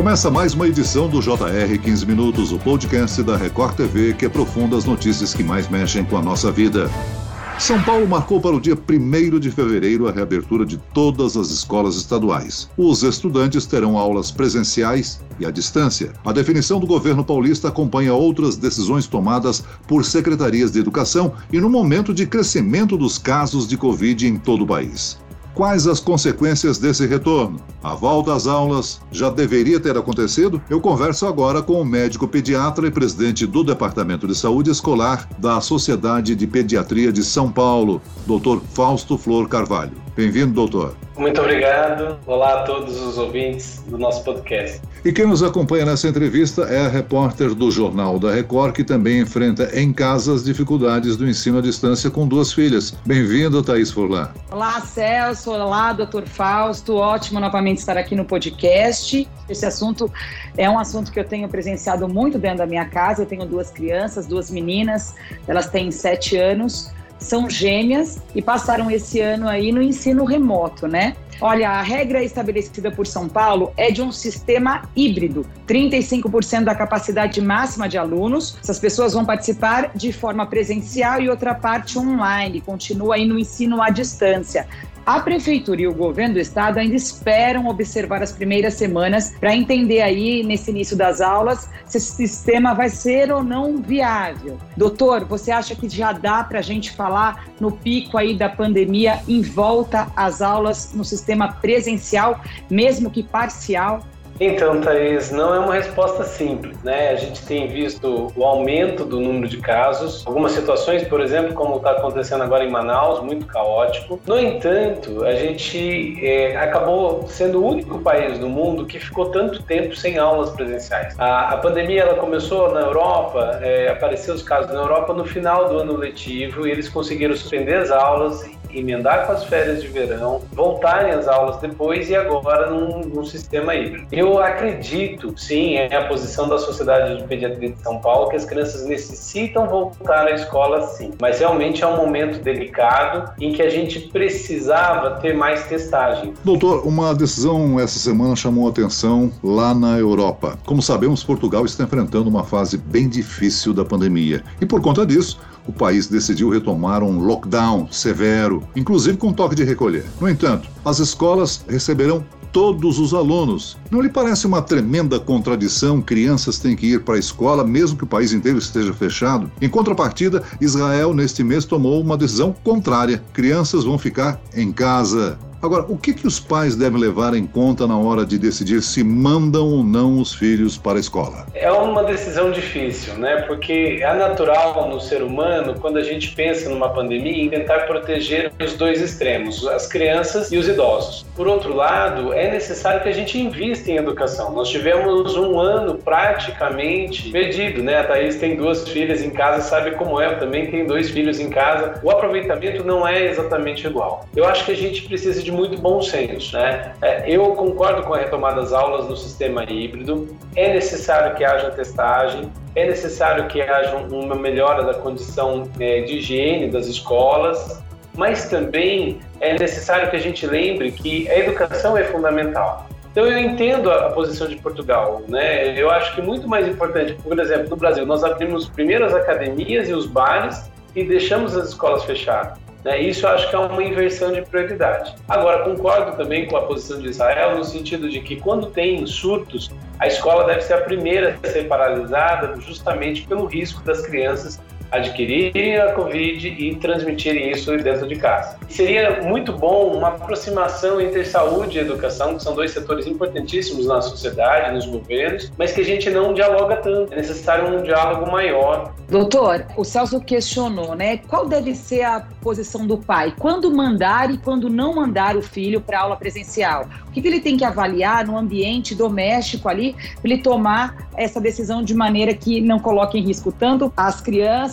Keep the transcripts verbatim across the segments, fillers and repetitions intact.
Começa mais uma edição do J R quinze Minutos, o podcast da Record T V que aprofunda as notícias que mais mexem com a nossa vida. São Paulo marcou para o dia primeiro de fevereiro a reabertura de todas as escolas estaduais. Os estudantes terão aulas presenciais e à distância. A definição do governo paulista acompanha outras decisões tomadas por secretarias de educação e no momento de crescimento dos casos de Covid em todo o país. Quais as consequências desse retorno? A volta às aulas já deveria ter acontecido? Eu converso agora com o médico pediatra e presidente do Departamento de Saúde Escolar da Sociedade de Pediatria de São Paulo, doutor Fausto Flor Carvalho. Bem-vindo, doutor. Muito obrigado. Olá a todos os ouvintes do nosso podcast. E quem nos acompanha nessa entrevista é a repórter do Jornal da Record, que também enfrenta em casa as dificuldades do ensino à distância com duas filhas. Bem-vinda, Thaís Furlan. Olá, Celso. Olá, doutor Fausto. Ótimo novamente estar aqui no podcast. Esse assunto é um assunto que eu tenho presenciado muito dentro da minha casa. Eu tenho duas crianças, duas meninas. Elas têm sete anos. São gêmeas e passaram esse ano aí no ensino remoto, né? Olha, a regra estabelecida por São Paulo é de um sistema híbrido. trinta e cinco por cento da capacidade máxima de alunos. Essas pessoas vão participar de forma presencial e outra parte online. Continua aí no ensino à distância. A Prefeitura e o Governo do Estado ainda esperam observar as primeiras semanas para entender aí, nesse início das aulas, se esse sistema vai ser ou não viável. Doutor, você acha que já dá para a gente falar no pico aí da pandemia em volta às aulas no sistema presencial, mesmo que parcial? Então, Thaís, não é uma resposta simples, né? A gente tem visto o aumento do número de casos, algumas situações, por exemplo, como está acontecendo agora em Manaus, muito caótico. No entanto, a gente é, acabou sendo o único país do mundo que ficou tanto tempo sem aulas presenciais. A, a pandemia ela começou na Europa, é, apareceu os casos na Europa no final do ano letivo e eles conseguiram suspender as aulas, emendar com as férias de verão, voltarem às aulas depois e agora num, num sistema híbrido. Eu acredito, sim, é a posição da Sociedade de Pediatria de São Paulo, que as crianças necessitam voltar à escola, sim. Mas realmente é um momento delicado em que a gente precisava ter mais testagem. Doutor, uma decisão essa semana chamou a atenção lá na Europa. Como sabemos, Portugal está enfrentando uma fase bem difícil da pandemia. E por conta disso, o país decidiu retomar um lockdown severo, inclusive com toque de recolher. No entanto, as escolas receberão todos os alunos. Não lhe parece uma tremenda contradição? Crianças têm que ir para a escola, mesmo que o país inteiro esteja fechado? Em contrapartida, Israel, neste mês, tomou uma decisão contrária. Crianças vão ficar em casa. Agora, o que, que os pais devem levar em conta na hora de decidir se mandam ou não os filhos para a escola? É uma decisão difícil, né? Porque é natural no ser humano, quando a gente pensa numa pandemia, em tentar proteger os dois extremos, as crianças e os idosos. Por outro lado, é necessário que a gente invista em educação. Nós tivemos um ano praticamente perdido, né? A Thaís tem duas filhas em casa, sabe como é, eu também tenho dois filhos em casa. O aproveitamento não é exatamente igual. Eu acho que a gente precisa de muito bom senso, né? Eu concordo com a retomada das aulas no sistema híbrido, é necessário que haja testagem, é necessário que haja uma melhora da condição de higiene das escolas, mas também é necessário que a gente lembre que a educação é fundamental. Então eu entendo a posição de Portugal, né? Eu acho que muito mais importante, por exemplo, no Brasil, nós abrimos primeiro as academias e os bares e deixamos as escolas fechadas. Isso eu acho que é uma inversão de prioridade. Agora, concordo também com a posição de Israel no sentido de que quando tem surtos, a escola deve ser a primeira a ser paralisada justamente pelo risco das crianças adquirirem a Covid e transmitirem isso dentro de casa. Seria muito bom uma aproximação entre saúde e educação, que são dois setores importantíssimos na sociedade, nos governos, mas que a gente não dialoga tanto. É necessário um diálogo maior. Doutor, o Celso questionou, né? Qual deve ser a posição do pai? Quando mandar e quando não mandar o filho para aula presencial? O que ele tem que avaliar no ambiente doméstico ali para ele tomar essa decisão de maneira que não coloque em risco tanto as crianças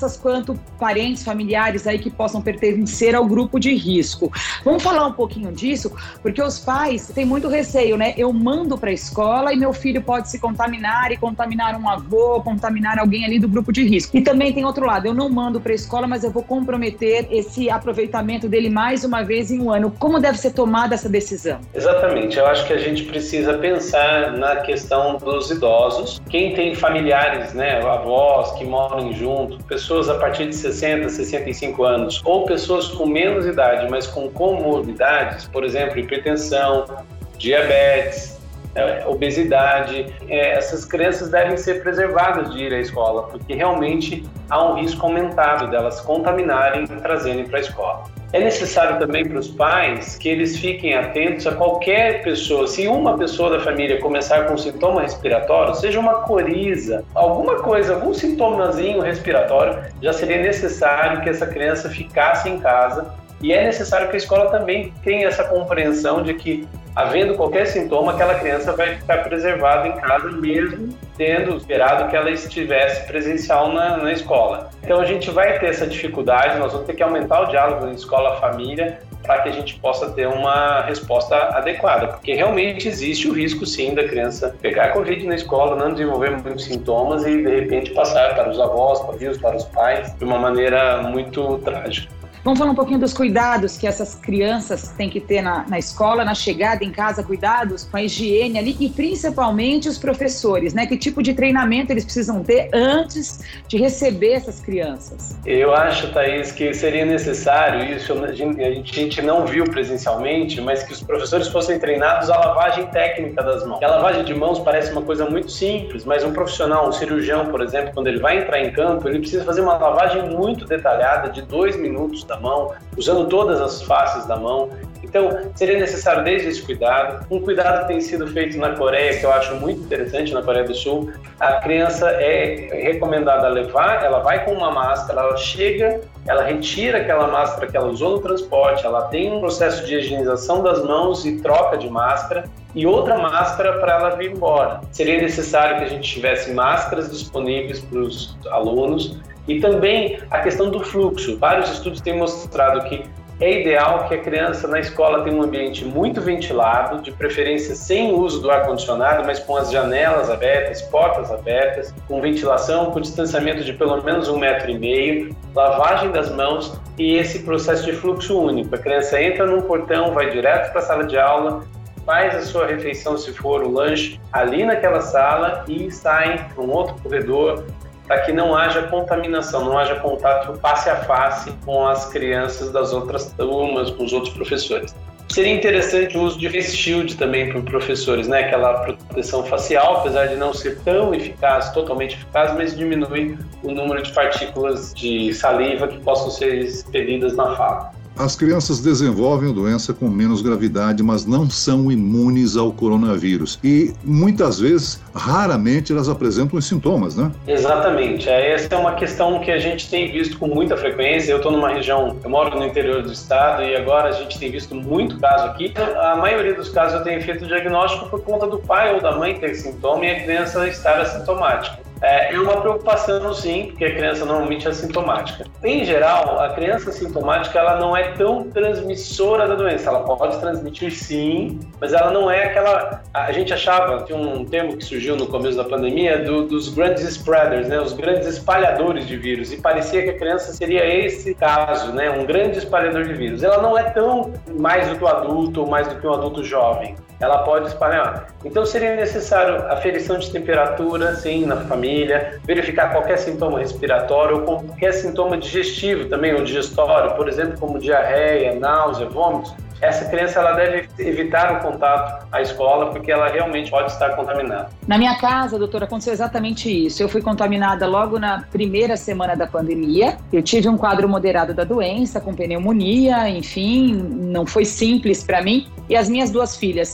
crianças quanto parentes, familiares aí que possam pertencer ao grupo de risco. Vamos falar um pouquinho disso, porque os pais têm muito receio, né? Eu mando para a escola e meu filho pode se contaminar e contaminar um avô, contaminar alguém ali do grupo de risco. E também tem outro lado, eu não mando para a escola, mas eu vou comprometer esse aproveitamento dele mais uma vez em um ano. Como deve ser tomada essa decisão? Exatamente, eu acho que a gente precisa pensar na questão dos idosos. Quem tem familiares, né, avós que moram junto, pessoas a partir de sessenta, sessenta e cinco anos, ou pessoas com menos idade, mas com comorbidades, por exemplo, hipertensão, diabetes, é, obesidade, é, essas crianças devem ser preservadas de ir à escola, porque realmente há um risco aumentado delas contaminarem e trazerem para a escola. É necessário também para os pais que eles fiquem atentos a qualquer pessoa. Se uma pessoa da família começar com sintoma respiratório, seja uma coriza, alguma coisa, algum sintomazinho respiratório, já seria necessário que essa criança ficasse em casa. E é necessário que a escola também tenha essa compreensão de que, havendo qualquer sintoma, aquela criança vai ficar preservada em casa, mesmo tendo esperado que ela estivesse presencial na, na escola. Então a gente vai ter essa dificuldade, nós vamos ter que aumentar o diálogo na escola-família para que a gente possa ter uma resposta adequada, porque realmente existe o risco, sim, da criança pegar Covid na escola, não desenvolver muitos sintomas e, de repente, passar para os avós, para os filhos, para os pais, de uma maneira muito trágica. Vamos falar um pouquinho dos cuidados que essas crianças têm que ter na, na escola, na chegada em casa, cuidados com a higiene ali e principalmente os professores, né? Que tipo de treinamento eles precisam ter antes de receber essas crianças? Eu acho, Thaís, que seria necessário isso, a gente, a gente não viu presencialmente, mas que os professores fossem treinados à lavagem técnica das mãos. A lavagem de mãos parece uma coisa muito simples, mas um profissional, um cirurgião, por exemplo, quando ele vai entrar em campo, ele precisa fazer uma lavagem muito detalhada de dois minutos da mão, usando todas as faces da mão. Então, seria necessário desde esse cuidado. Um cuidado que tem sido feito na Coreia, que eu acho muito interessante, na Coreia do Sul, a criança é recomendada levar, ela vai com uma máscara, ela chega, ela retira aquela máscara que ela usou no transporte, ela tem um processo de higienização das mãos e troca de máscara, e outra máscara para ela vir embora. Seria necessário que a gente tivesse máscaras disponíveis para os alunos. E também a questão do fluxo. Vários estudos têm mostrado que é ideal que a criança na escola tenha um ambiente muito ventilado, de preferência sem uso do ar-condicionado, mas com as janelas abertas, portas abertas, com ventilação, com distanciamento de pelo menos um metro e meio, lavagem das mãos e esse processo de fluxo único. A criança entra num portão, vai direto para a sala de aula, faz a sua refeição, se for o lanche, ali naquela sala e sai para um outro corredor, para que não haja contaminação, não haja contato face a face com as crianças das outras turmas, com os outros professores. Seria interessante o uso de face shield também para os professores, né? Aquela proteção facial, apesar de não ser tão eficaz, totalmente eficaz, mas diminui o número de partículas de saliva que possam ser expelidas na fala. As crianças desenvolvem a doença com menos gravidade, mas não são imunes ao coronavírus. E, muitas vezes, raramente elas apresentam os sintomas, né? Exatamente. Essa é uma questão que a gente tem visto com muita frequência. Eu estou numa região, eu moro no interior do estado e agora a gente tem visto muito caso aqui. A maioria dos casos eu tenho feito o diagnóstico por conta do pai ou da mãe ter sintoma e a criança estar assintomática. É uma preocupação, sim, porque a criança normalmente é assintomática. Em geral, a criança assintomática ela não é tão transmissora da doença. Ela pode transmitir, sim, mas ela não é aquela... A gente achava, tinha um termo que surgiu no começo da pandemia, do, dos grandes spreaders, né? Os grandes espalhadores de vírus. E parecia que a criança seria esse caso, né? Um grande espalhador de vírus. Ela não é tão mais do que o adulto ou mais do que um adulto jovem. Ela pode espalhar. Então seria necessário aferição de temperatura, sim, na família, verificar qualquer sintoma respiratório ou qualquer sintoma digestivo também, ou digestório, por exemplo, como diarreia, náusea, vômitos. Essa criança ela deve evitar o contato à escola porque ela realmente pode estar contaminada. Na minha casa, doutora, aconteceu exatamente isso. Eu fui contaminada logo na primeira semana da pandemia. Eu tive um quadro moderado da doença, com pneumonia, enfim, não foi simples para mim. E as minhas duas filhas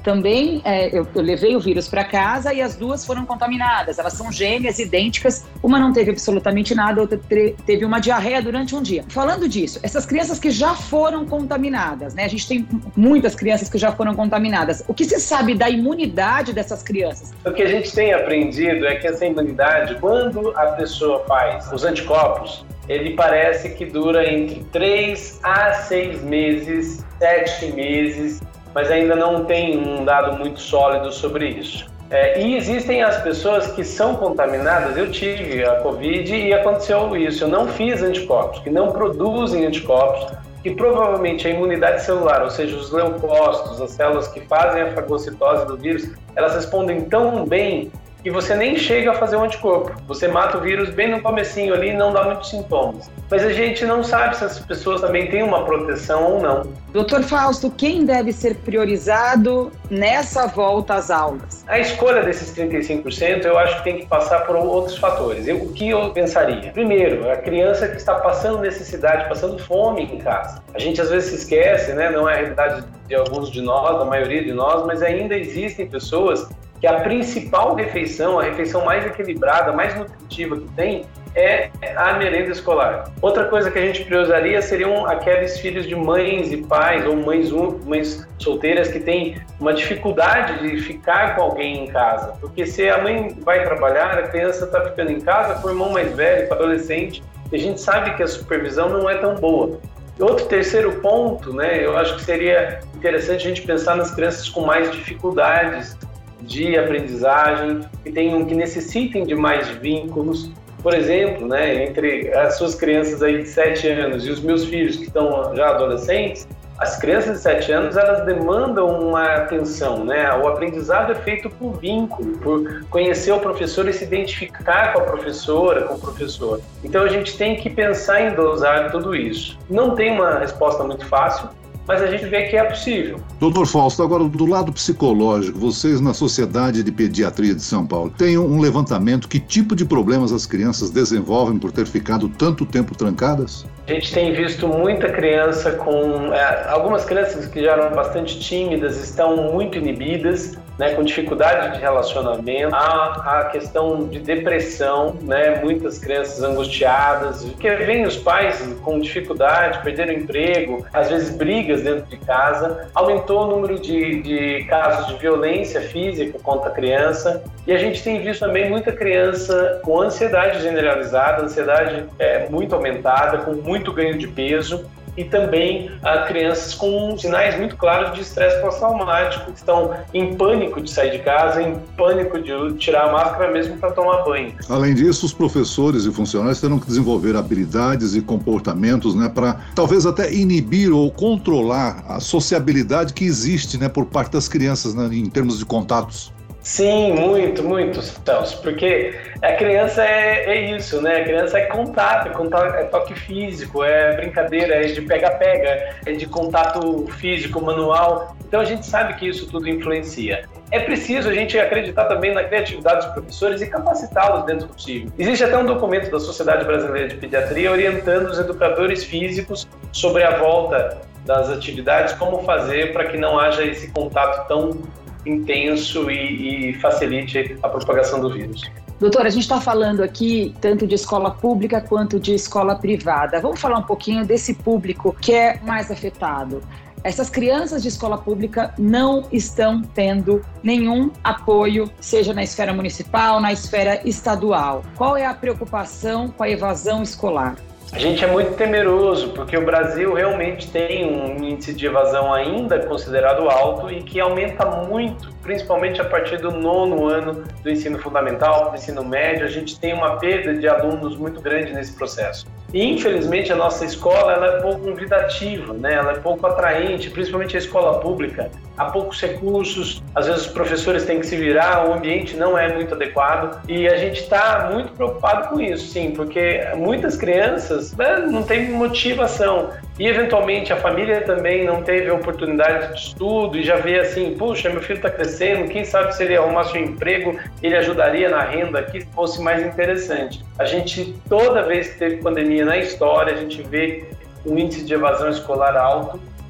também é, eu, eu levei o vírus para casa e as duas foram contaminadas. Elas são gêmeas, idênticas, uma não teve absolutamente nada, a outra teve uma diarreia durante um dia. Falando disso, essas crianças que já foram contaminadas, né? A gente tem muitas crianças que já foram contaminadas. O que se sabe da imunidade dessas crianças? O que a gente tem aprendido é que essa imunidade, quando a pessoa faz os anticorpos, ele parece que dura entre três a seis meses, sete meses, mas ainda não tem um dado muito sólido sobre isso. É, e existem as pessoas que são contaminadas, eu tive a Covid e aconteceu isso, eu não fiz anticorpos, que não produzem anticorpos, que provavelmente a imunidade celular, ou seja, os leucócitos, as células que fazem a fagocitose do vírus, elas respondem tão bem que você nem chega a fazer um anticorpo. Você mata o vírus bem no comecinho ali e não dá muitos sintomas. Mas a gente não sabe se as pessoas também têm uma proteção ou não. doutor Fausto, quem deve ser priorizado nessa volta às aulas? A escolha desses trinta e cinco por cento eu acho que tem que passar por outros fatores. Eu, o que eu pensaria? Primeiro, a criança que está passando necessidade, passando fome em casa. A gente às vezes se esquece, né? Não é a realidade de alguns de nós, da maioria de nós, mas ainda existem pessoas que a principal refeição, a refeição mais equilibrada, mais nutritiva que tem, é a merenda escolar. Outra coisa que a gente priorizaria seriam aqueles filhos de mães e pais, ou mães, mães solteiras que têm uma dificuldade de ficar com alguém em casa. Porque se a mãe vai trabalhar, a criança está ficando em casa com o irmão mais velho, com o adolescente, e a gente sabe que a supervisão não é tão boa. Outro terceiro ponto, né, eu acho que seria interessante a gente pensar nas crianças com mais dificuldades de aprendizagem, que tenham, que necessitem de mais vínculos. Por exemplo, né, entre as suas crianças aí de sete anos e os meus filhos que estão já adolescentes, as crianças de sete anos, elas demandam uma atenção, né? O aprendizado é feito por vínculo, por conhecer o professor e se identificar com a professora, com o professor. Então a gente tem que pensar em dosar tudo isso. Não tem uma resposta muito fácil, mas a gente vê que é possível. doutor Fausto, agora do lado psicológico, vocês na Sociedade de Pediatria de São Paulo têm um levantamento, que tipo de problemas as crianças desenvolvem por ter ficado tanto tempo trancadas? A gente tem visto muita criança com... É, algumas crianças que já eram bastante tímidas estão muito inibidas, né, com dificuldade de relacionamento. Há a questão de depressão, né, muitas crianças angustiadas, porque vêm os pais com dificuldade, perderam o emprego, às vezes brigas dentro de casa. Aumentou o número de, de casos de violência física contra a criança. E a gente tem visto também muita criança com ansiedade generalizada, ansiedade é, muito aumentada, com muito ganho de peso. E também a crianças com sinais muito claros de estresse pós-traumático, que estão em pânico de sair de casa, em pânico de tirar a máscara mesmo para tomar banho. Além disso, os professores e funcionários terão que desenvolver habilidades e comportamentos, né, para talvez até inibir ou controlar a sociabilidade que existe, né, por parte das crianças, né, em termos de contatos. Sim, muito, muito, Celso, porque a criança é, é isso, né? A criança é contato, é, contato, é toque físico, é brincadeira, é de pega-pega, é de contato físico, manual. Então a gente sabe que isso tudo influencia. É preciso a gente acreditar também na criatividade dos professores e capacitá-los dentro do possível. Existe até um documento da Sociedade Brasileira de Pediatria orientando os educadores físicos sobre a volta das atividades, como fazer para que não haja esse contato tão intenso e, e facilite a propagação do vírus. Doutora, a gente está falando aqui tanto de escola pública quanto de escola privada. Vamos falar um pouquinho desse público que é mais afetado. Essas crianças de escola pública não estão tendo nenhum apoio, seja na esfera municipal, na esfera estadual. Qual é a preocupação com a evasão escolar? A gente é muito temeroso, porque o Brasil realmente tem um índice de evasão ainda considerado alto e que aumenta muito, principalmente a partir do nono ano do ensino fundamental, do ensino médio. A gente tem uma perda de alunos muito grande nesse processo. E, infelizmente, a nossa escola ela é pouco convidativa, né? Ela é pouco atraente, principalmente a escola pública. Há poucos recursos, às vezes os professores têm que se virar, o ambiente não é muito adequado e a gente está muito preocupado com isso, sim, porque muitas crianças, né, não têm motivação e, eventualmente, a família também não teve oportunidade de estudo e já vê assim, puxa, meu filho está crescendo, quem sabe se ele arrumasse um emprego, ele ajudaria na renda que fosse mais interessante. A gente, toda vez que teve pandemia na história, a gente vê um índice de evasão escolar alto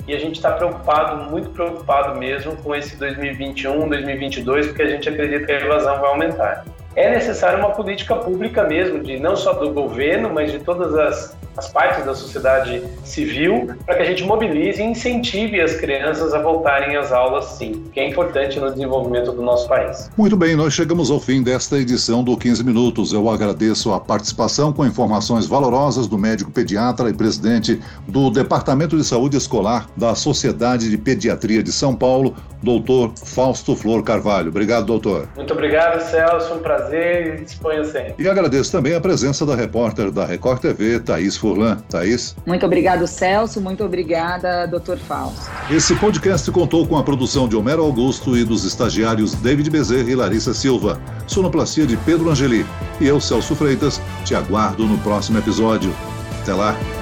e a gente está preocupado, muito preocupado mesmo com esse dois mil e vinte e um, dois mil e vinte e dois, porque a gente acredita que a evasão vai aumentar. É necessária uma política pública mesmo, de não só do governo, mas de todas as, as partes da sociedade civil, para que a gente mobilize e incentive as crianças a voltarem às aulas, sim, que é importante no desenvolvimento do nosso país. Muito bem, nós chegamos ao fim desta edição do quinze Minutos. Eu agradeço a participação com informações valorosas do médico pediatra e presidente do Departamento de Saúde Escolar da Sociedade de Pediatria de São Paulo, doutor Fausto Flor Carvalho. Obrigado, doutor. Muito obrigado, Celso. Um prazer e disponha sempre. E agradeço também a presença da repórter da Record T V, Thaís Furlan. Thaís? Muito obrigado, Celso. Muito obrigada, doutor Fausto. Esse podcast contou com a produção de Homero Augusto e dos estagiários David Bezerra e Larissa Silva. Sonoplastia de Pedro Angeli. E eu, Celso Freitas, te aguardo no próximo episódio. Até lá.